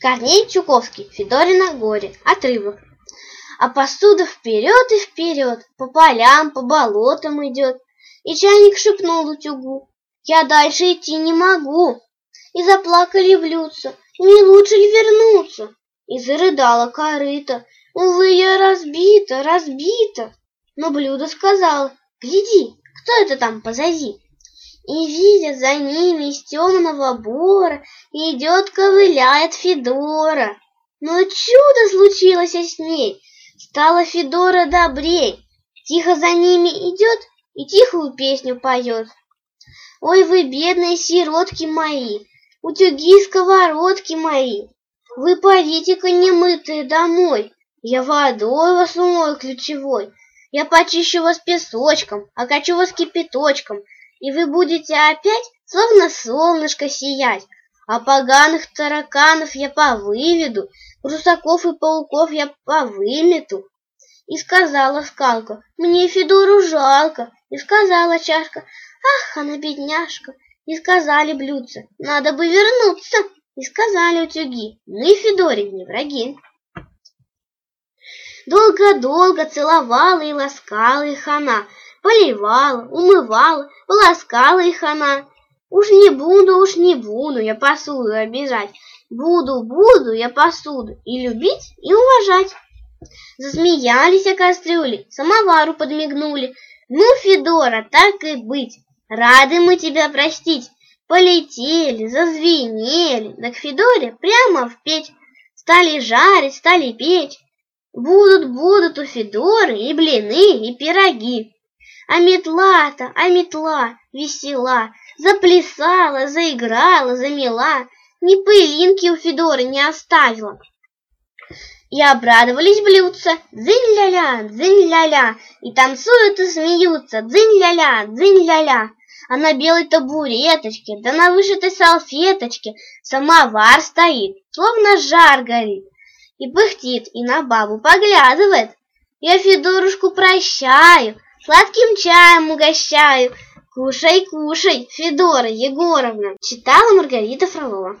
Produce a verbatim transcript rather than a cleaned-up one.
Корней Чуковский, Федорино горе. Отрывок. А посуда вперед и вперед, по полям, по болотам идет. И чайник шепнул утюгу: я дальше идти не могу. И заплакали блюдца: не лучше ли вернуться? И зарыдала корыто: увы, я разбита, разбита. Но блюдо сказала: гляди, кто это там позади? И видят за ними из темного бора идет, ковыляет Федора. Но чудо случилось с ней, стала Федора добрей. Тихо за ними идет и тихую песню поет. Ой, вы, бедные сиротки мои, утюги, сковородки мои, вы подите-ка немытые домой, я водой вас умою ключевой, я почищу вас песочком, окачу вас кипяточком, и вы будете опять, словно солнышко, сиять. А поганых тараканов я повыведу, прусаков и пауков я повымету. И сказала скалка: мне Федору жалко. И сказала чашка: ах, она бедняжка. И сказали блюдца: надо бы вернуться. И сказали утюги: мы Федоре не враги. Долго-долго целовала и ласкала их она, поливала, умывала, полоскала их она. Уж не буду, уж не буду я посуду обижать, буду, буду я посуду и любить, и уважать. Засмеялись о кастрюле, самовару подмигнули. Ну, Федора, так и быть, рады мы тебя простить. Полетели, зазвенели, да к Федоре прямо в печь. Стали жарить, стали печь. Будут, будут у Федоры и блины, и пироги. А метла-то, а метла весела, заплясала, заиграла, замела, ни пылинки у Федоры не оставила. И обрадовались блюдца: дзынь-ля-ля, дзынь-ля-ля, и танцуют и смеются: дзынь-ля-ля, дзынь-ля-ля. А на белой табуреточке, да на вышитой салфеточке самовар стоит, словно жар горит, и пыхтит, и на бабу поглядывает. Я Федорушку прощаю, сладким чаем угощаю. Кушай, кушай, Федора Егоровна. Читала Маргарита Фролова.